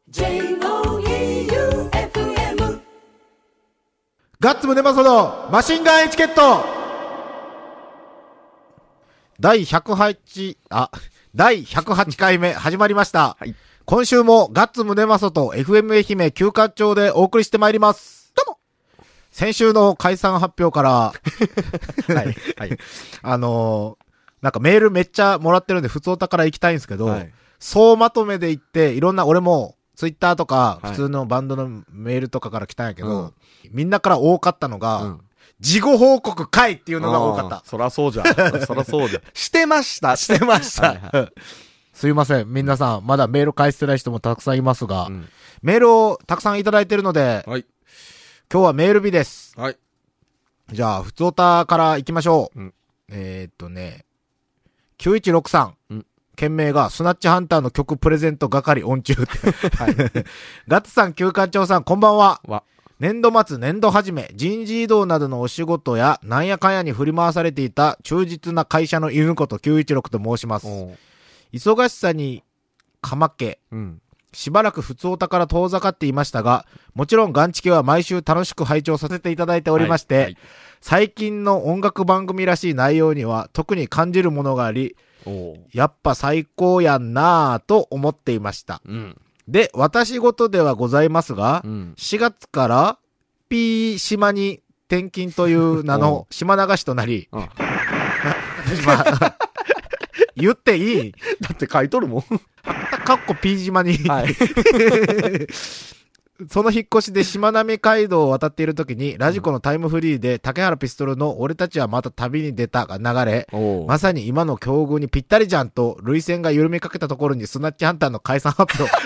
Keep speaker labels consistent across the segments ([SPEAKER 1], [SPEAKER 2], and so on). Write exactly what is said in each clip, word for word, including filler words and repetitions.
[SPEAKER 1] ジェイオーイーユーエフエム
[SPEAKER 2] ガッツムネマソのマシンガンエチケット第ひゃくはち、あ、第ひゃくはちかいめ始まりました。
[SPEAKER 3] はい、
[SPEAKER 2] 今週もガッツムネマソと エフエム 愛媛休館長でお送りしてまいります。
[SPEAKER 3] どうも
[SPEAKER 2] 先週の解散発表から、はい、
[SPEAKER 3] はい。
[SPEAKER 2] あのー、なんかメールめっちゃもらってるんで、普通お宝行きたいんですけど、
[SPEAKER 3] はい、
[SPEAKER 2] 総まとめで言って、いろんな、俺も、ツイッターとか、
[SPEAKER 3] はい、
[SPEAKER 2] 普通のバンドのメールとかから来たんやけど、
[SPEAKER 3] うん、
[SPEAKER 2] みんなから多かったのが、うん、事後報告会っていうのが多かった。
[SPEAKER 3] そらそうじゃん。そらそうじゃん。してました。
[SPEAKER 2] してました。はいはい、すいません。皆さん、まだメール返してない人もたくさんいますが、うん、メールをたくさんいただいてるので、はい、今日はメール日です。
[SPEAKER 3] はい。
[SPEAKER 2] じゃあ、ふつおたから行きましょう。うん、えー、っとね、きゅういちろくさん。うん件名が、スナッチハンターの曲プレゼント係オン中って。はい。ガッツさん、休館長さん、こんばんは。わ年度末、年度始め、人事異動などのお仕事や、なんやかんやに振り回されていた忠実な会社の犬こときゅういちろくと申します。忙しさにかまけ、うん、しばらく普通おたから遠ざかっていましたが、もちろんガンチケは毎週楽しく拝聴させていただいておりまして、はいはい、最近の音楽番組らしい内容には特に感じるものがあり、やっぱ最高やんなぁと思っていました、うん、で私事ではございますが、うん、しがつからピー島に転勤という名の島流しとなり、うん、まあ、言っていい
[SPEAKER 3] だって書いとるもん
[SPEAKER 2] かっこピー島に、はい、その引っ越しでしまなみ海道を渡っている時にラジコのタイムフリーで竹原ピストルの俺たちはまた旅に出たが流れ、まさに今の境遇にぴったりじゃんと涙腺が緩みかけたところにスナッチハンターの解散発表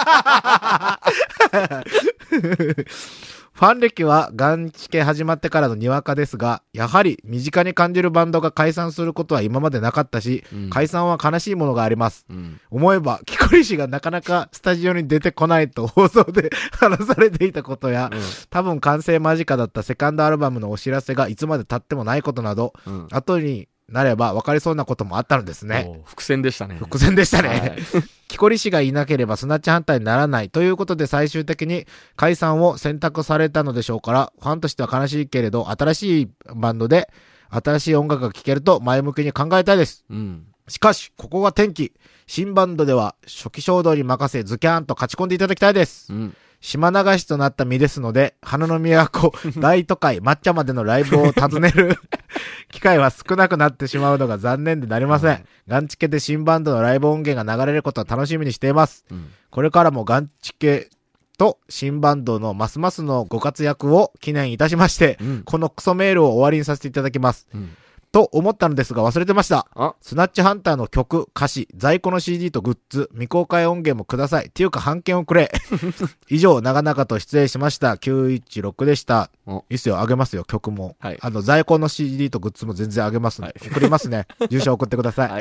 [SPEAKER 2] ファン歴はガンチケ始まってからのにわかですが、やはり身近に感じるバンドが解散することは今までなかったし、うん、解散は悲しいものがあります、うん、思えば木こり氏がなかなかスタジオに出てこないと放送で話されていたことや、うん、多分完成間近だったセカンドアルバムのお知らせがいつまで経ってもないことなど、うん、後になれば分かりそうなこともあったのですね。
[SPEAKER 3] 伏線でしたね。
[SPEAKER 2] 伏線でしたね。はい、木こり氏がいなければスナッチハンターにならないということで最終的に解散を選択されたのでしょうから、ファンとしては悲しいけれど新しいバンドで新しい音楽が聴けると前向きに考えたいです。うん、しかしここが転機。新バンドでは初期衝動に任せズキャーンと勝ち込んでいただきたいです。うん、島流しとなった身ですので、花の都、大都会、抹茶までのライブを訪ねる機会は少なくなってしまうのが残念でなりません。うん、ガンチケで新バンドのライブ音源が流れることを楽しみにしています。うん、これからもガンチケと新バンドのますますのご活躍を記念いたしまして、うん、このクソメールを終わりにさせていただきます。うんと思ったのですが忘れてました。スナッチハンターの曲、歌詞、在庫の シーディー とグッズ、未公開音源もください。っていうか版権をくれ。以上、長々と失礼しました。きゅういちろくでした。いいっすよ、あげますよ、曲も。はい、あの、在庫の シーディー とグッズも全然あげますね。はい、送りますね。住所送ってください。はい、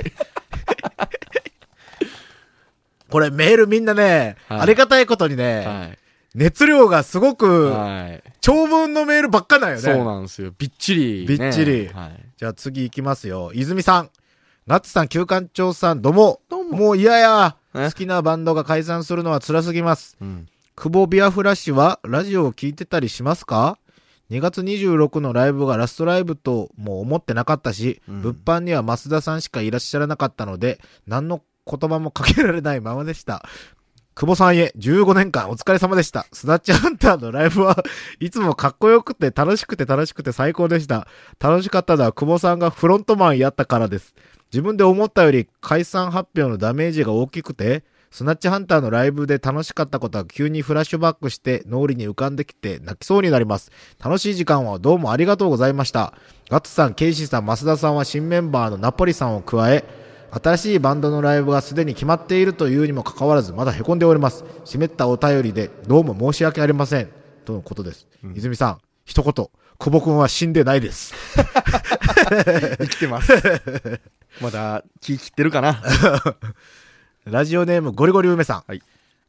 [SPEAKER 2] これメールみんなね、はい、ありがたいことにね、はい熱量がすごく、はい、長文のメールばっかだよね。
[SPEAKER 3] そうなんですよ。びっちり、ね。
[SPEAKER 2] びっちり。はい、じゃあ次行きますよ。泉さん。ガッツさん、休館長さん、どうも。どうも。もう嫌や。好きなバンドが解散するのは辛すぎます。うん、久保ビアフラッシュはラジオを聞いてたりしますか？ に 月にじゅうろくのライブがラストライブとも思ってなかったし、うん、物販には増田さんしかいらっしゃらなかったので、何の言葉もかけられないままでした。久保さんへじゅうごねんかんお疲れ様でした。スナッチハンターのライブはいつもかっこよくて楽しくて楽しくて最高でした。楽しかったのは久保さんがフロントマンやったからです。自分で思ったより解散発表のダメージが大きくて、スナッチハンターのライブで楽しかったことは急にフラッシュバックして脳裏に浮かんできて泣きそうになります。楽しい時間はどうもありがとうございました。ガッツさん、ケイシーさん、増田さんは新メンバーのナポリさんを加え、新しいバンドのライブがすでに決まっているというにもかかわらずまだ凹んでおります。湿ったお便りでどうも申し訳ありませんとのことです。うん、泉さん一言、久保くんは死んでないです
[SPEAKER 3] 生きてますまだ気切ってるかな
[SPEAKER 2] ラジオネームゴリゴリ梅さん、はい、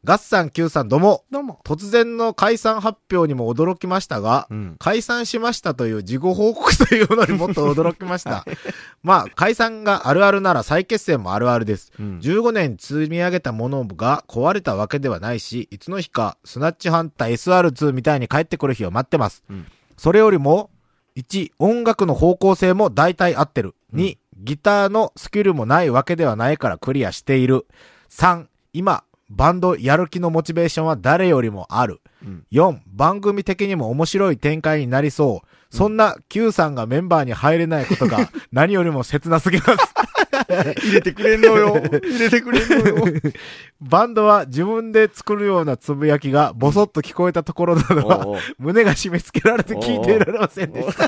[SPEAKER 2] ガッサン Q さんどうも。
[SPEAKER 3] どうも。
[SPEAKER 2] 突然の解散発表にも驚きましたが、
[SPEAKER 3] うん。
[SPEAKER 2] 解散しましたという事後報告というのにもっと驚きました。まあ、解散があるあるなら再結成もあるあるです。
[SPEAKER 3] うん、
[SPEAKER 2] じゅうごねん積み上げたものが壊れたわけではないし、いつの日かスナッチハンター エスアールツー みたいに帰ってくる日を待ってます。うん、それよりも、いち、音楽の方向性も大体合ってる。うん、に、ギターのスキルもないわけではないからクリアしている。さん、今、バンドやる気のモチベーションは誰よりもある。うん、よん、番組的にも面白い展開になりそう。うん、そんな Q さんがメンバーに入れないことが何よりも切なすぎます。
[SPEAKER 3] 入れてくれんのよ。入れてくれんのよ。
[SPEAKER 2] バンドは自分で作るようなつぶやきがボソッと聞こえたところなどは、うん、胸が締め付けられて聞いていられませんでした。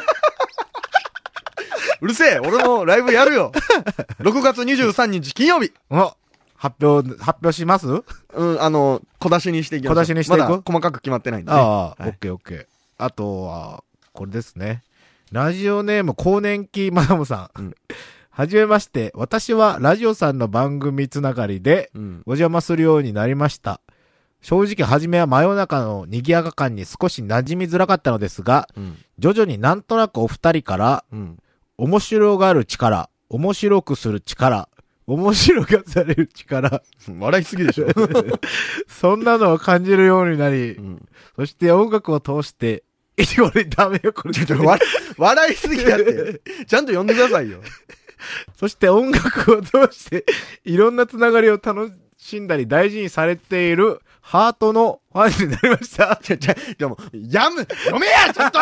[SPEAKER 3] うるせえ、俺もライブやるよ。ろくがつにじゅうさんにち金曜日。
[SPEAKER 2] お発表、発表します？
[SPEAKER 3] うん、あの、小出しにしていきましょう。
[SPEAKER 2] 小出しにしていく？
[SPEAKER 3] まだ細かく決まってないんでね。
[SPEAKER 2] ああ、はい、オッケーオッケー。あとは、これですね。ラジオネーム更年期マダムさん。うん、はじめまして。私はラジオさんの番組つながりで、お邪魔するようになりました。正直初めは真夜中の賑やか感に少し馴染みづらかったのですが、うん、徐々になんとなくお二人から、うん、面白がる力、面白くする力、面白がされる力。
[SPEAKER 3] 笑いすぎでしょ。
[SPEAKER 2] そんなのを感じるようになり、うん、そして音楽を通して、え、これダメよ、これ。
[SPEAKER 3] ちょっと笑、笑いすぎだって。ちゃんと読んでくださいよ。
[SPEAKER 2] そして音楽を通して、いろんなつながりを楽しんだり大事にされているハートのファンになりました。
[SPEAKER 3] ちょ、ちょ、でも、やむ、読めや、ちょっと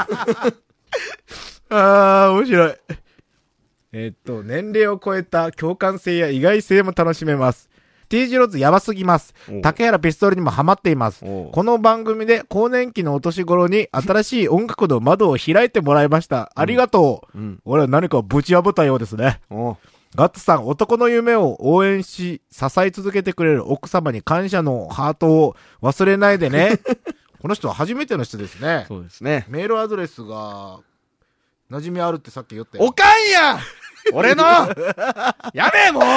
[SPEAKER 2] あー、面白い。えー、っと、年齢を超えた共感性や意外性も楽しめます。T 字ローズやばすぎます。竹原ピストルにもハマっています。この番組で更年期のお年頃に新しい音楽の窓を開いてもらいました。ありがとう。うん、俺は何かをぶち破ったようですね。ガッツさん、男の夢を応援し、支え続けてくれる奥様に感謝のハートを忘れないでね。この人は初めての人ですね。
[SPEAKER 3] そうですね。
[SPEAKER 2] メールアドレスが、馴染みあるってさっき言ったよ。
[SPEAKER 3] おかんや俺のやめえもう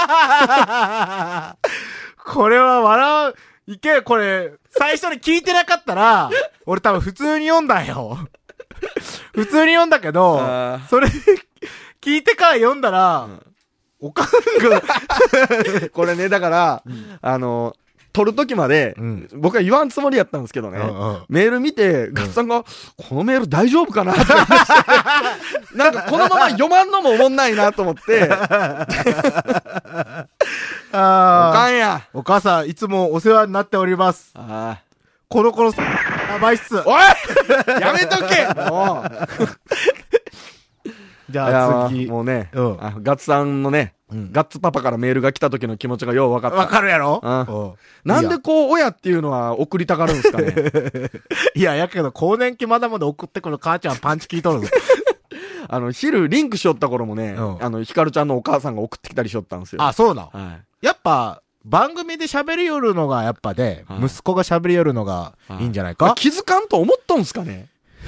[SPEAKER 2] これは笑う。いけ、これ、最初に聞いてなかったら、俺多分普通に読んだよ。普通に読んだけど、それ、聞いてから読んだら、うん、おかんが、
[SPEAKER 3] これね、だから、うん、あの、撮るときまで、うん、僕は言わんつもりやったんですけどね、うんうん、メール見て、ガッツさんが、うん、このメール大丈夫かなって言ってなんかこのまま読まんのもおもんないなと思って、
[SPEAKER 2] あ
[SPEAKER 3] おかんや。
[SPEAKER 2] お母さん、いつもお世話になっております。
[SPEAKER 3] あ
[SPEAKER 2] この頃さ、やばいっす。
[SPEAKER 3] おいやめとけもうじゃあ次。もうね、うん、あガッツさんのね、うん、ガッツパパからメールが来た時の気持ちがよう分かった。
[SPEAKER 2] 分かるやろ、
[SPEAKER 3] うん、なんでこう、親っていうのは送りたがるんですかね。
[SPEAKER 2] いや、やけど、更年期まだまだ送ってくる母ちゃんパンチ効いとるぞ。
[SPEAKER 3] あの、昼リンクしよった頃もね、うん、あの、ヒカルちゃんのお母さんが送ってきたりしよったんですよ。
[SPEAKER 2] あ、そうなの、
[SPEAKER 3] はい、
[SPEAKER 2] やっぱ、番組で喋りよるのがやっぱで、はい、息子が喋りよるのがいいんじゃないか、はい、
[SPEAKER 3] 気づかんと思っとんすかね。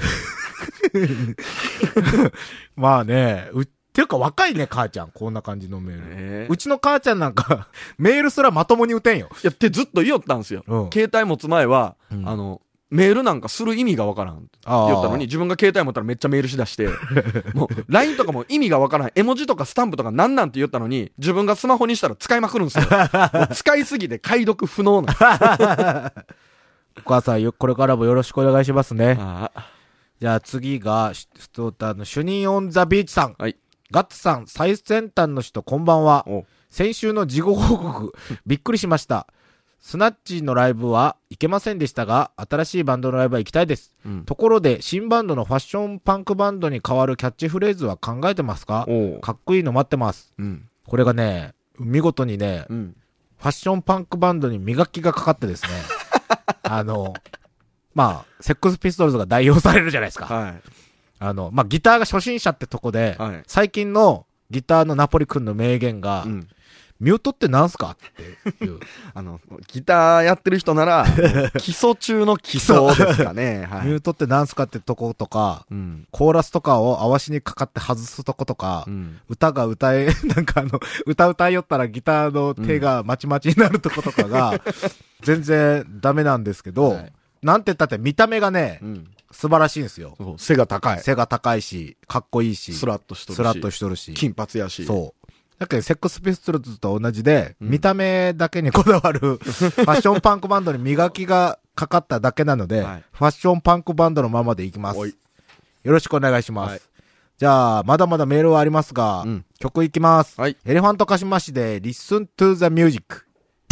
[SPEAKER 2] まあね、うっていうか若いね、母ちゃん。こんな感じのメール。えー、うちの母ちゃんなんか、メールすらまともに打てんよ。
[SPEAKER 3] いや、ってずっと言おったんですよ。うん、携帯持つ前は、うん、あの、メールなんかする意味がわからん。言ったのに、自分が携帯持ったらめっちゃメールしだして、もう、ライン とかも意味がわからん。絵文字とかスタンプとかなんなんて言ったのに、自分がスマホにしたら使いまくるんですよ。もう使いすぎて解読不能な。
[SPEAKER 2] お母さん、これからもよろしくお願いしますね。
[SPEAKER 3] ああ
[SPEAKER 2] じゃあ次が、ストーターの主任オンザビーチさん。
[SPEAKER 3] はい。
[SPEAKER 2] ガッツさん、最先端の人、こんばんは。先週の事後報告、びっくりしました。スナッチのライブは行けませんでしたが、新しいバンドのライブは行きたいです。うん、ところで、新バンドのファッションパンクバンドに変わるキャッチフレーズは考えてますか？かっこいいの待ってます。うん、これがね、見事にね、うん、ファッションパンクバンドに磨きがかかってですね、あの、まあ、セックスピストルズが代表されるじゃないですか。
[SPEAKER 3] はい。
[SPEAKER 2] あの、まあ、ギターが初心者ってとこで、はい、最近のギターのナポリ君の名言が、うん、 ミュートってなんすかっていう。
[SPEAKER 3] あの、ギターやってる人なら、基礎中の基礎ですかね。はい、
[SPEAKER 2] ミュートってなんすかってとことか、
[SPEAKER 3] うん、
[SPEAKER 2] コーラスとかを合わしにかかって外すとことか、うん、歌が歌え、なんかあの、歌歌いよったらギターの手がまちまちになるとことかが、全然ダメなんですけど、はい、なんて言ったって見た目がね、うん、素晴らしいんですよ。
[SPEAKER 3] 背が高い。
[SPEAKER 2] 背が高いし、かっこいいし、
[SPEAKER 3] スラッとしとるし。
[SPEAKER 2] スラッとしとるし。
[SPEAKER 3] 金髪やし。
[SPEAKER 2] そう。だけど、セックスピストルズと同じで、うん、見た目だけにこだわる、ファッションパンクバンドに磨きがかかっただけなので、はい、ファッションパンクバンドのままでいきます。よろしくお願いします。はい、じゃあ、まだまだメールはありますが、うん、曲いきます。はい、エレファントカシマシで Listen to the Music。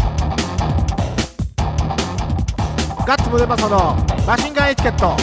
[SPEAKER 2] ガッツムデパソのマシンガンエチケット。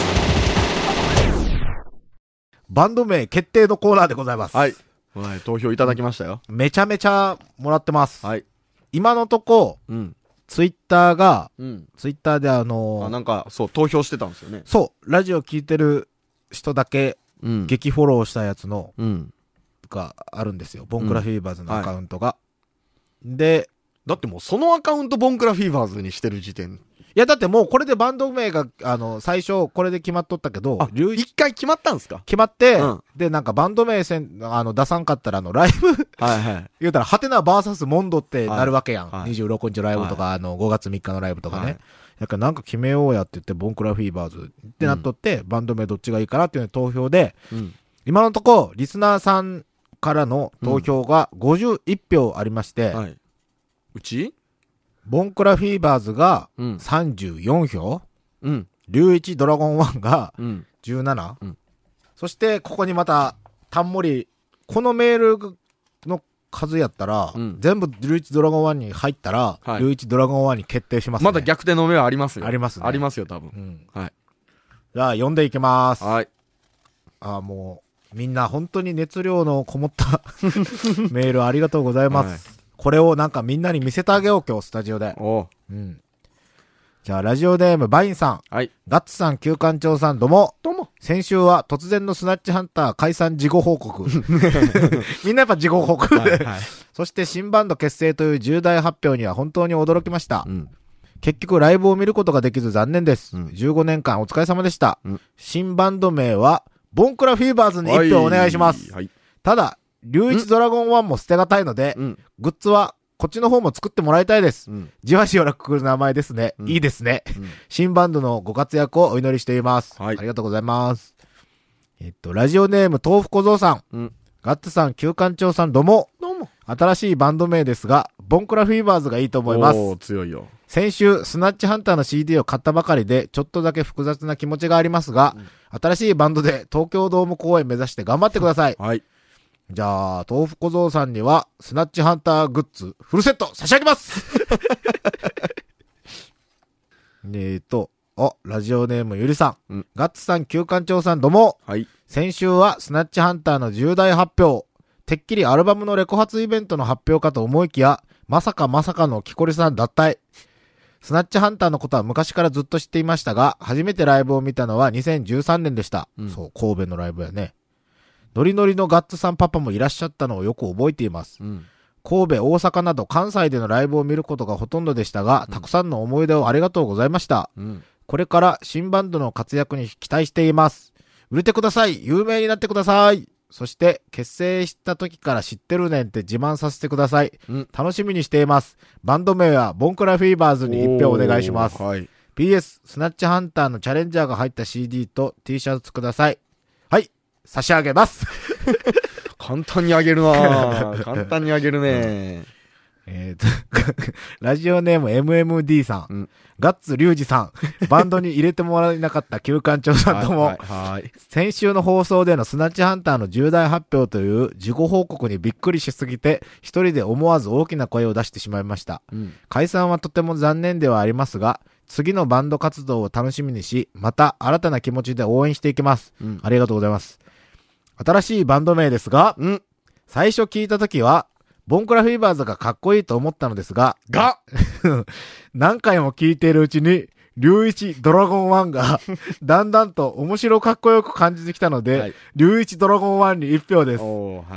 [SPEAKER 2] バンド名決定のコーナーでございます。
[SPEAKER 3] はい。はい、投票いただきましたよ。
[SPEAKER 2] めちゃめちゃもらってます。
[SPEAKER 3] はい。
[SPEAKER 2] 今のとこ、うん、ツイッターが、
[SPEAKER 3] うん、
[SPEAKER 2] ツイッターであのー、
[SPEAKER 3] あ、なんか、そう、投票してたんですよね。
[SPEAKER 2] そう、ラジオ聞いてる人だけ、うん、激フォローしたやつの、うん、があるんですよ。ボンクラフィーバーズのアカウントが。うんはい、で、
[SPEAKER 3] だってもうそのアカウントボンクラフィーバーズにしてる時点。
[SPEAKER 2] いや、だってもうこれでバンド名が、あの、最初これで決まっとったけど、
[SPEAKER 3] 一回決まったんですか？
[SPEAKER 2] 決まって、うん、で、なんかバンド名せん、あの、出さんかったら、あの、ライブはいはい。言うたら、ハテナバーサスモンドってなるわけやん。はい、にじゅうろくにちライブとか、はい、あの、ごがつみっかのライブとかね。はい、だからなんか決めようやって言って、ボンクラフィーバーズってなっとって、うん、バンド名どっちがいいかなっていうの投票で、うん、今のとこ、リスナーさんからの投票がごじゅういち票ありまして、うんはい、
[SPEAKER 3] うち
[SPEAKER 2] ボンクラフィーバーズがさんじゅうよん票、うん、リュウイチドラゴンワンがじゅうなな、うん、そしてここにまたタンモリ、このメールの数やったら、うん、全部リュウイチドラゴンワンに入ったら、はい、リュウイチドラゴンワンに決定しますね。
[SPEAKER 3] まだ逆転の目はありますよ。
[SPEAKER 2] ありますね。
[SPEAKER 3] ありますよ、多分。うん、
[SPEAKER 2] はい。じゃあ読んでいきます。
[SPEAKER 3] はい。
[SPEAKER 2] あ、もう、みんな本当に熱量のこもったメールありがとうございます。はい、これをなんかみんなに見せてあげよう、今日スタジオで。
[SPEAKER 3] おう。
[SPEAKER 2] うん。じゃあ、ラジオネームバインさん。
[SPEAKER 3] はい。
[SPEAKER 2] ガッツさん、旧館長さん、どうも。
[SPEAKER 3] どうも。
[SPEAKER 2] 先週は突然のスナッチハンター解散事後報告。みんなやっぱ事後報告で。はいはい、そして新バンド結成という重大発表には本当に驚きました。うん、結局ライブを見ることができず残念です。うん、じゅうごねんかんお疲れ様でした。うん、新バンド名は、ボンクラフィーバーズに一票お願いします。はいはい、ただ、リュウイチドラゴンワンも捨てがたいので、うん、グッズはこっちの方も作ってもらいたいです。うん、じわじわくくる名前ですね。うん、いいですね、うん。新バンドのご活躍をお祈りしています。はい、ありがとうございます。えっと、ラジオネーム豆腐小僧さん。うん、ガッツさん、旧館長さん、どうも。
[SPEAKER 3] どうも。
[SPEAKER 2] 新しいバンド名ですが、ボンクラフィーバーズがいいと思います。
[SPEAKER 3] おー、強いよ。
[SPEAKER 2] 先週、スナッチハンターの シーディー を買ったばかりで、ちょっとだけ複雑な気持ちがありますが、うん、新しいバンドで東京ドーム公演目指して頑張ってください。
[SPEAKER 3] はい。
[SPEAKER 2] じゃあ、豆腐小僧さんには、スナッチハンターグッズ、フルセット差し上げますえーと、あ、ラジオネームゆりさん。うん、ガッツさん、旧館長さん、どうも。
[SPEAKER 3] はい。
[SPEAKER 2] 先週は、スナッチハンターの重大発表。てっきりアルバムのレコ発イベントの発表かと思いきや、まさかまさかのキコリさん脱退。スナッチハンターのことは昔からずっと知っていましたが、初めてライブを見たのはにせんじゅうさんねんでした。うん、そう、神戸のライブやね。ノリノリのガッツさんパパもいらっしゃったのをよく覚えています。うん、神戸、大阪など関西でのライブを見ることがほとんどでしたが、うん、たくさんの思い出をありがとうございました。うん、これから新バンドの活躍に期待しています。売れてください。有名になってください。そして、結成した時から知ってるねんって自慢させてください。うん、楽しみにしています。バンド名はボンクラフィーバーズに一票お願いします。はい、ピーエス、スナッチハンターのチャレンジャーが入った シーディー と T シャツください。はい。差し上げます。
[SPEAKER 3] 簡単にあげるなぁ。簡単にあげるね。
[SPEAKER 2] えーと、ラジオネーム エムエムディー さん、うん、ガッツリュウジさん、バンドに入れてもらえなかった旧館長さんとも、はいはいはい、先週の放送でのスナッチハンターの重大発表という事後報告にびっくりしすぎて、一人で思わず大きな声を出してしまいました。うん、解散はとても残念ではありますが、次のバンド活動を楽しみにし、また新たな気持ちで応援していきます。うん、ありがとうございます。新しいバンド名ですが、うん、最初聞いたときは、ボンクラフィーバーズがかっこいいと思ったのですが、
[SPEAKER 3] が
[SPEAKER 2] 何回も聞いているうちに、リュウイチドラゴンワンが、だんだんと面白かっこよく感じてきたので、はい、リュウイチドラゴンワンに一票です。
[SPEAKER 3] おー、はい。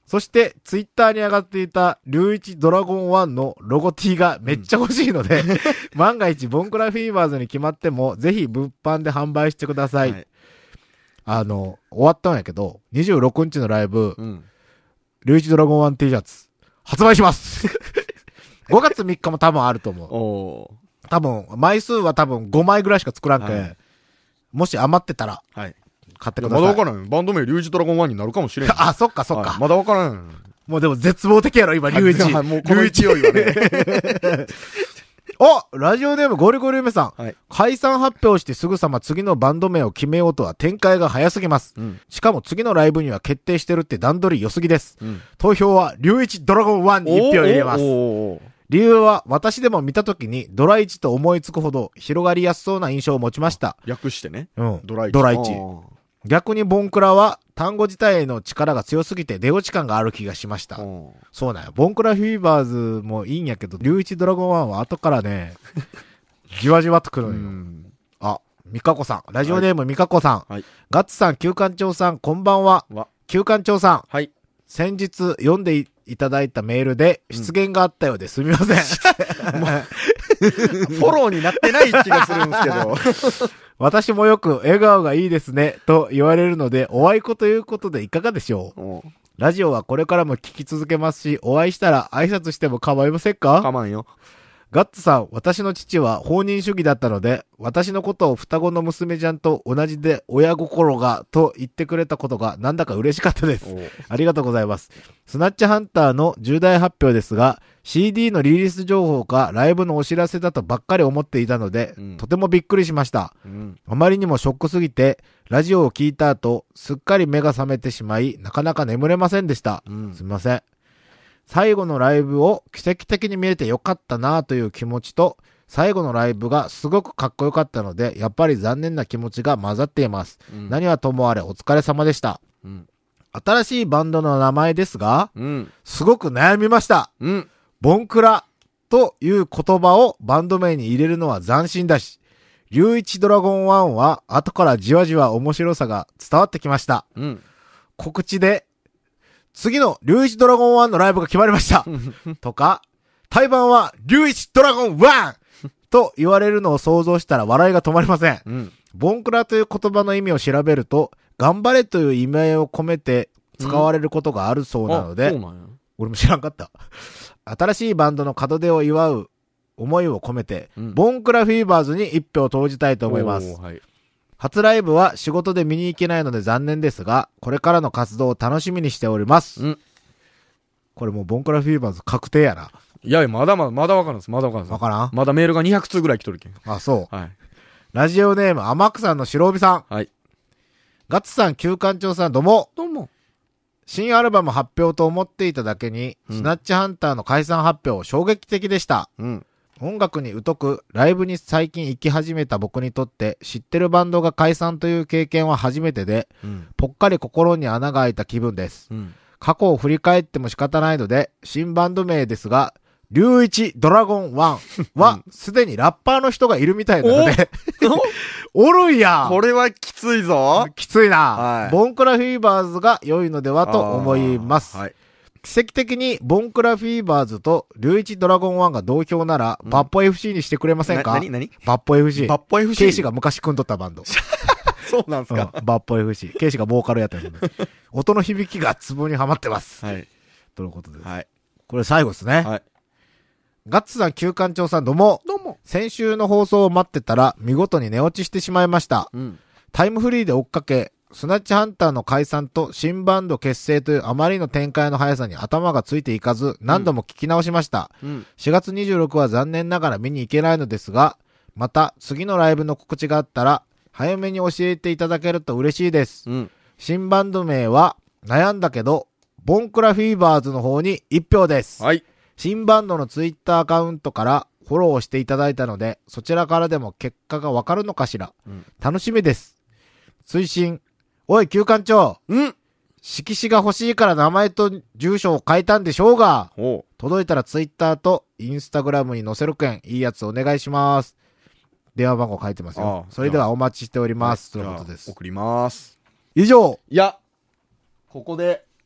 [SPEAKER 2] そして、ツイッターに上がっていた、龍一ドラゴンワンのロゴ T がめっちゃ欲しいので、うん、万が一、ボンクラフィーバーズに決まっても、ぜひ物販で販売してください。はい、あの、終わったんやけど、にじゅうろくにちのライブ、龍、うん、一ドラゴンワン T シャツ、発売しますごがつみっかも多分あると思う。お多分、枚数は多分ごまいぐらいしか作らんけ、はい、もし余ってたら、はい買ってください。
[SPEAKER 3] まだ分からん。バンド名、龍一ドラゴンワンになるかもしれん。
[SPEAKER 2] あ、そっかそっか、
[SPEAKER 3] はい。まだ分からん。
[SPEAKER 2] もうでも絶望的やろ、今、龍一。
[SPEAKER 3] もうこの勢いはね。
[SPEAKER 2] おラジオネームゴリゴリ梅さん、はい。解散発表してすぐさま次のバンド名を決めようとは展開が早すぎます。うん、しかも次のライブには決定してるって段取り良すぎです。うん、投票は龍一ドラゴンワンに一票入れます。理由は私でも見たときにドライチと思いつくほど広がりやすそうな印象を持ちました。
[SPEAKER 3] 略してね。
[SPEAKER 2] うん。ドライチ。ドライチ。逆にボンクラは単語自体の力が強すぎて出落ち感がある気がしました。そうなんや。ボンクラフィーバーズもいいんやけど、龍一ドラゴンワンは後からね、じわじわとくるのよ。あ、ミカコさん。ラジオネームミカコさん。はい、ガッツさん、旧館長さん、こんばんは。旧館長さん。はい。先日読んでいいただいたメールで失言があったようですみません。
[SPEAKER 3] フォローになってない気がするんですけど。
[SPEAKER 2] 私もよく笑顔がいいですねと言われるのでおあいこということでいかがでしょう。ラジオはこれからも聞き続けますし、お会いしたら挨拶しても構いませんか？
[SPEAKER 3] 構わんよ。
[SPEAKER 2] ガッツさん、私の父は放任主義だったので、私のことを双子の娘ちゃんと同じで親心がと言ってくれたことがなんだか嬉しかったです。ありがとうございます。スナッチハンターの重大発表ですが、シーディー のリリース情報かライブのお知らせだとばっかり思っていたので、うん、とてもびっくりしました、うん。あまりにもショックすぎて、ラジオを聞いた後、すっかり目が覚めてしまい、なかなか眠れませんでした。うん、すみません。最後のライブを奇跡的に見れてよかったなという気持ちと、最後のライブがすごくかっこよかったので、やっぱり残念な気持ちが混ざっています。うん、何はともあれお疲れ様でした。うん、新しいバンドの名前ですが、うん、すごく悩みました。うん、ボンクラという言葉をバンド名に入れるのは斬新だし、龍一ドラゴンワンは後からじわじわ面白さが伝わってきました。うん、告知で、次の龍一ドラゴンワンのライブが決まりました。とか、対バンは龍一ドラゴンワンと言われるのを想像したら笑いが止まりません。うん、ボンクラという言葉の意味を調べると、頑張れという意味合いを込めて使われることがあるそうなので、うん、俺も知らんかった。新しいバンドの門出を祝う思いを込めて、うん、ボンクラフィーバーズに一票投じたいと思います。はい、初ライブは仕事で見に行けないので残念ですが、これからの活動を楽しみにしております。うん、これもうボンクラフィーバーズ確定やな。
[SPEAKER 3] いやいや、まだまだ、まだわからんです。まだわからんです。
[SPEAKER 2] わからん？
[SPEAKER 3] まだメールがにひゃくつうぐらい来とるけん。
[SPEAKER 2] あ、そう。はい。ラジオネーム、天草の白帯さん。はい。ガッツさん、旧館長さん、どうも。
[SPEAKER 3] どうも。
[SPEAKER 2] 新アルバム発表と思っていただけに、うん、スナッチハンターの解散発表、衝撃的でした。うん。音楽に疎く、ライブに最近行き始めた僕にとって、知ってるバンドが解散という経験は初めてで、うん、ぽっかり心に穴が開いた気分です。うん、過去を振り返っても仕方ないので、新バンド名ですが、龍一ドラゴンワンは、すでにラッパーの人がいるみたいなので、おるんや。
[SPEAKER 3] これはきついぞ。
[SPEAKER 2] きついな。はい、ボンクラフィーバーズが良いのではと思います。はい、奇跡的にボンクラフィーバーズと龍一ドラゴンワンが同票なら、うん、バッポ エフシー にしてくれませんか？
[SPEAKER 3] な、なになに？
[SPEAKER 2] バッポ エフシー。
[SPEAKER 3] バッポ エフシー。
[SPEAKER 2] ケイシが昔組んどったバンド。
[SPEAKER 3] そうなんすか、
[SPEAKER 2] うん、バッポ エフシー。ケイシがボーカルやったんで。音の響きがツボにはまってます。はい。ということです。はい。これ最後ですね。はい。ガッツさん、旧館長さん、どうも。
[SPEAKER 3] どうも。
[SPEAKER 2] 先週の放送を待ってたら、見事に寝落ちしてしまいました。うん、タイムフリーで追っかけ、スナッチハンターの解散と新バンド結成というあまりの展開の速さに頭がついていかず、何度も聞き直しました。うん、しがつにじゅうろくは残念ながら見に行けないのですが、また次のライブの告知があったら、早めに教えていただけると嬉しいです。うん、新バンド名は、悩んだけど、ボンクラフィーバーズの方に一票です。はい。新バンドのツイッターアカウントからフォローしていただいたので、そちらからでも結果がわかるのかしら。うん、楽しみです。推進。おい、旧館長。ん色紙が欲しいから名前と住所を変えたんでしょうが。届いたらツイッターとインスタグラムに載せるけん、いいやつお願いします。電話番号書いてますよ。それではお待ちしております。ということです。
[SPEAKER 3] 送ります。
[SPEAKER 2] 以上。
[SPEAKER 3] いや、ここで、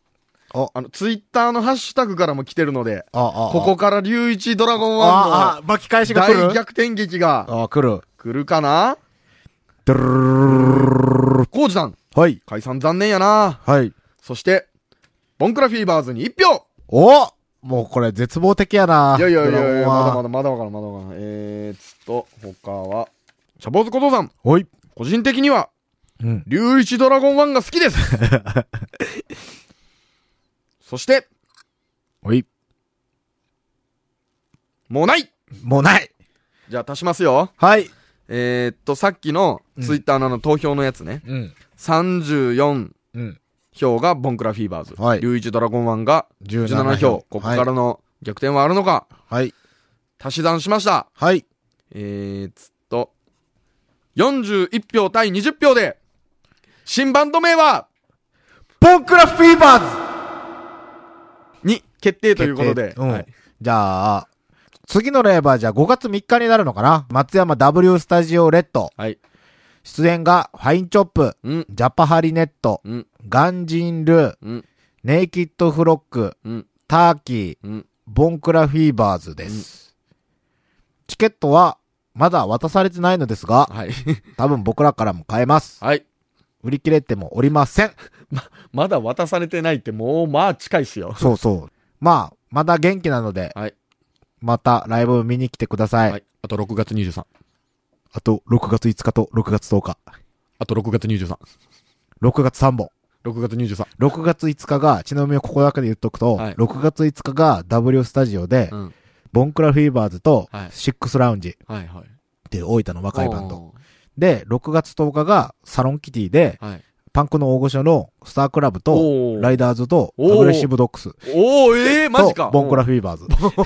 [SPEAKER 3] あの、ツイッターのハッシュタグからも来てるので、
[SPEAKER 2] ああ
[SPEAKER 3] ここから龍一ドラゴンワン
[SPEAKER 2] ああ、巻き返し
[SPEAKER 3] の
[SPEAKER 2] が来る
[SPEAKER 3] 大逆転劇が
[SPEAKER 2] ああ、来る。
[SPEAKER 3] 来るかな。
[SPEAKER 2] ドゥルルルルル
[SPEAKER 3] コウジさん、
[SPEAKER 2] はい。
[SPEAKER 3] 解散残念やな。
[SPEAKER 2] はい。
[SPEAKER 3] そして、ボンクラフィーバーズにいち票。
[SPEAKER 2] おもうこれ絶望的やな。
[SPEAKER 3] いやいやいやいや、
[SPEAKER 2] ドラゴンは
[SPEAKER 3] まだまだまだわからん、まだわからん。えーっと、他は、シャボーズ小僧さん、
[SPEAKER 2] おい。
[SPEAKER 3] 個人的には、
[SPEAKER 2] うん。
[SPEAKER 3] 龍一ドラゴンワンが好きです。そして、
[SPEAKER 2] おい。
[SPEAKER 3] もうない
[SPEAKER 2] もうない。
[SPEAKER 3] じゃあ足しますよ。
[SPEAKER 2] はい。
[SPEAKER 3] えー、っと、さっきのツイッターのあの投票のやつね。
[SPEAKER 2] うん。
[SPEAKER 3] さんじゅうよん
[SPEAKER 2] うん。
[SPEAKER 3] 票がボンクラフィーバーズ。
[SPEAKER 2] はい
[SPEAKER 3] 龍一ドラゴンワンがじゅうなな票。ここからの逆転はあるのか。
[SPEAKER 2] はい。
[SPEAKER 3] 足し算しました。
[SPEAKER 2] はい。
[SPEAKER 3] えー、つっと、よんじゅういち票対にじゅっ票で、新バンド名は、
[SPEAKER 2] ボンクラフィーバーズ
[SPEAKER 3] に決定ということで。
[SPEAKER 2] 決定うん。
[SPEAKER 3] はい、
[SPEAKER 2] じゃあ、次のレーバーじゃあごがつみっかになるのかな。松山 W スタジオレッド。
[SPEAKER 3] はい。
[SPEAKER 2] 出演がファインチョップ、
[SPEAKER 3] うん。
[SPEAKER 2] ジャパハリネット、
[SPEAKER 3] うん。
[SPEAKER 2] ガンジンルー、
[SPEAKER 3] うん。
[SPEAKER 2] ネイキッドフロック、
[SPEAKER 3] うん。
[SPEAKER 2] ターキー、
[SPEAKER 3] うん。
[SPEAKER 2] ボンクラフィーバーズです。チケットはまだ渡されてないのですが、
[SPEAKER 3] はい。
[SPEAKER 2] 多分僕らからも買えます。
[SPEAKER 3] はい。
[SPEAKER 2] 売り切れてもおりません。
[SPEAKER 3] まだ渡されてないってもう、まあ近いっすよ。
[SPEAKER 2] そうそう。まあ、まだ元気なので、
[SPEAKER 3] はい。
[SPEAKER 2] またライブ見に来てください。
[SPEAKER 3] はい。あとろくがつにじゅうさん。
[SPEAKER 2] あと、ろくがついつかとろくがつとおか。
[SPEAKER 3] あとろくがつにじゅうさん。
[SPEAKER 2] ろくがつさんぼん。
[SPEAKER 3] ろくがつにじゅうさん。
[SPEAKER 2] ろくがついつかが、ちなみにここだけで言っとくと、
[SPEAKER 3] はい
[SPEAKER 2] ろくがついつかが W スタジオで、
[SPEAKER 3] うん。
[SPEAKER 2] ボンクラフィーバーズと
[SPEAKER 3] はい
[SPEAKER 2] シックスラウンジっ
[SPEAKER 3] はいはい。
[SPEAKER 2] ていう大分の若いバンド。
[SPEAKER 3] お
[SPEAKER 2] で、ろくがつとおかがサロンキティで、
[SPEAKER 3] ー。はい。
[SPEAKER 2] パンクの大御所のスタークラブと、
[SPEAKER 3] おー。
[SPEAKER 2] ライダーズと、
[SPEAKER 3] おー
[SPEAKER 2] アグレッシブドックス
[SPEAKER 3] おー、ええー、マジか。
[SPEAKER 2] と、ボンクラフィーバーズ。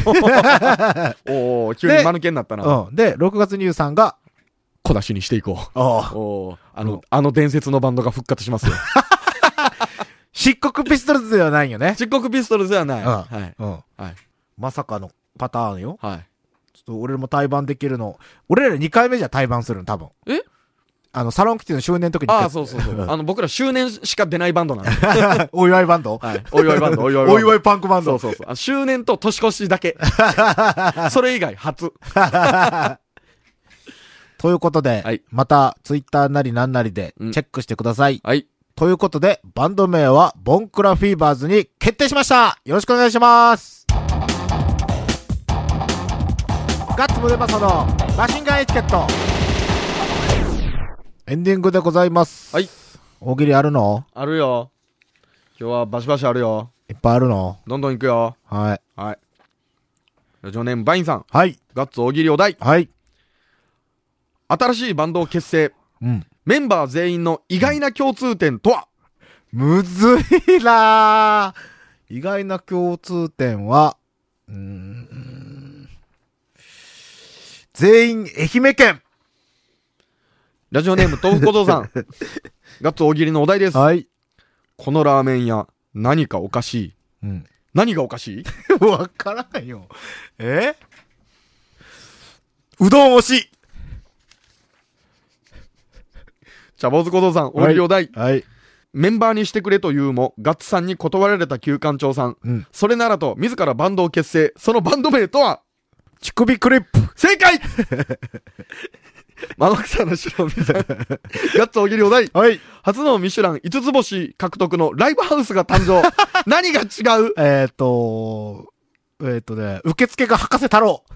[SPEAKER 3] おー、急に間抜けになったな。
[SPEAKER 2] うん。で、ろくがつにじゅうさんが、
[SPEAKER 3] 小出しにしていこう。
[SPEAKER 2] ああ、
[SPEAKER 3] おー、あ
[SPEAKER 2] うん
[SPEAKER 3] の、あの伝説のバンドが復活しますよ。
[SPEAKER 2] 漆黒ピストルズではないよね。
[SPEAKER 3] 漆黒ピストルズではない。
[SPEAKER 2] うん
[SPEAKER 3] はい。
[SPEAKER 2] うん。
[SPEAKER 3] はい。
[SPEAKER 2] まさかのパターンよ。
[SPEAKER 3] はい。
[SPEAKER 2] ちょっと俺も対バンできるの。俺らにかいめじゃ対バンするの、多分。
[SPEAKER 3] え
[SPEAKER 2] あの、サロンキティの周年の時に。
[SPEAKER 3] ああ、そうそうそう。あの、僕ら周年しか出ないバンドなんで。
[SPEAKER 2] お祝いバンド
[SPEAKER 3] はい。お祝いバンド、お祝いバンド。
[SPEAKER 2] お祝いパンクバンド。
[SPEAKER 3] そうそうそう。あ周年と年越しだけ。それ以外初。
[SPEAKER 2] ということで、
[SPEAKER 3] はい
[SPEAKER 2] また、ツイッターなりなんなりで、チェックしてください。
[SPEAKER 3] はい。
[SPEAKER 2] ということで、バンド名は、ボンクラフィーバーズに決定しましたよろしくお願いしますガッツムデパソのマシンガンエチケットエンディングでございます。
[SPEAKER 3] はい。
[SPEAKER 2] 大喜利あるの
[SPEAKER 3] あるよ。今日はバシバシあるよ。
[SPEAKER 2] いっぱいあるの
[SPEAKER 3] どんどん行くよ。
[SPEAKER 2] はい。
[SPEAKER 3] はい。ラジオネームバインさん。
[SPEAKER 2] はい。
[SPEAKER 3] ガッツ大喜利お題。
[SPEAKER 2] はい。
[SPEAKER 3] 新しいバンドを結成。
[SPEAKER 2] うん。
[SPEAKER 3] メンバー全員の意外な共通点とは？
[SPEAKER 2] むずいなぁ。意外な共通点は、うーん。全員愛媛県。
[SPEAKER 3] ラジオネーム豆腐小僧さん。ガッツ大喜利のお題です。
[SPEAKER 2] はい。
[SPEAKER 3] このラーメン屋、何かおかしい。
[SPEAKER 2] うん。
[SPEAKER 3] 何がおかしい？
[SPEAKER 2] わからんよ。えうどん推し。
[SPEAKER 3] 茶坊主小僧さん、大喜利お題。
[SPEAKER 2] はい。
[SPEAKER 3] メンバーにしてくれと言うも、ガッツさんに断られた旧館長さん。
[SPEAKER 2] うん。
[SPEAKER 3] それならと、自らバンドを結成。そのバンド名とは？
[SPEAKER 2] 乳首クリップ。
[SPEAKER 3] 正解ママクサの白身さん。ガッツ大喜利お題。
[SPEAKER 2] はい。
[SPEAKER 3] 初のミシュランいつつ星獲得のライブハウスが誕生。何が違う？
[SPEAKER 2] えっ、ー、と、えっ、ー、とね、受付が博士太郎。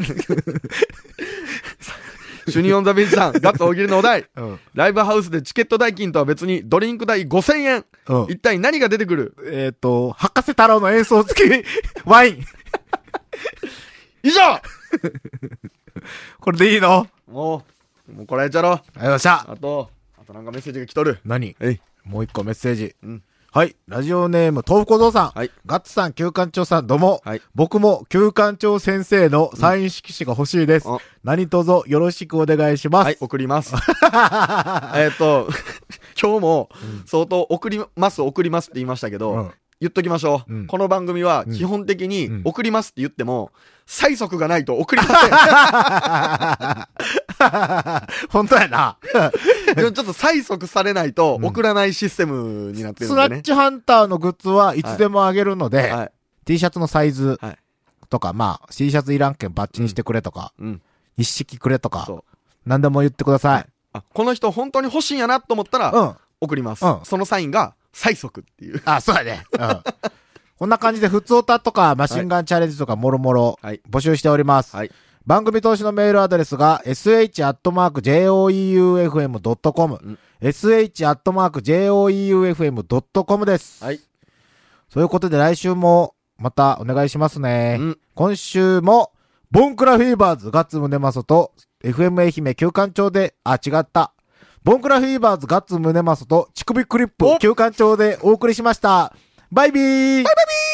[SPEAKER 3] シュニオンザビーチさん、ガッツ大喜利のお題。
[SPEAKER 2] うん。
[SPEAKER 3] ライブハウスでチケット代金とは別にドリンク代ごせんえん。
[SPEAKER 2] うん。
[SPEAKER 3] 一体何が出てくる？
[SPEAKER 2] えっ、ー、と、博士太郎の演奏付きワイン。
[SPEAKER 3] 以上
[SPEAKER 2] これでいいの
[SPEAKER 3] もう、もうこれやっちゃろう。
[SPEAKER 2] ありがとうございました。
[SPEAKER 3] あと、あとなんかメッセージが来とる。
[SPEAKER 2] 何
[SPEAKER 3] えい。
[SPEAKER 2] もう一個メッセージ。
[SPEAKER 3] うん。
[SPEAKER 2] はい。ラジオネーム、豆腐小僧さん。
[SPEAKER 3] はい。
[SPEAKER 2] ガッツさん、旧館長さん、どうも。
[SPEAKER 3] はい。
[SPEAKER 2] 僕も旧館長先生のサイン色紙が欲しいです。
[SPEAKER 3] うん、
[SPEAKER 2] 何卒よろしくお願いします。
[SPEAKER 3] はい、送ります。えっと、今日も相当送ります、送りますって言いましたけど、
[SPEAKER 2] うん、
[SPEAKER 3] 言っときましょう、
[SPEAKER 2] うん。
[SPEAKER 3] この番組は基本的に送りますって言っても、催促がないと送りません。
[SPEAKER 2] 本当やな。
[SPEAKER 3] でもちょっと催促されないと送らないシステムになってるんでね。
[SPEAKER 2] スナッチハンターのグッズはいつでもあげるので、はいはい、T シャツのサイズとか、はい、まあ、T シャツいらんけんバッチにしてくれとか、うん、一式くれとか、何でも言ってください。はい、
[SPEAKER 3] あ、この人本当に欲しいんやなと思ったら、うん、送ります、うん。そのサインが、催促っていう。
[SPEAKER 2] あ、そうやね。うん。こんな感じで、ふつおたとか、マシンガンチャレンジとか、もろもろ、募集しております。はい。番組投資のメールアドレスが、エスエイチアットマークジェイオーイーユーエフエムドットコム、うん、エスエイチアットマークジェイオーイーユーエフエムドットコム です。はい。そういうことで来週も、またお願いしますね。うん、今週も、ボンクラフィーバーズ、ガッツムネマソと、エフエム 愛媛旧館長で、あ、違った。ボンクラフィーバーズ、ガッツムネマソと、乳首クリップ旧館長でお送りしました。バイビーバイバイビー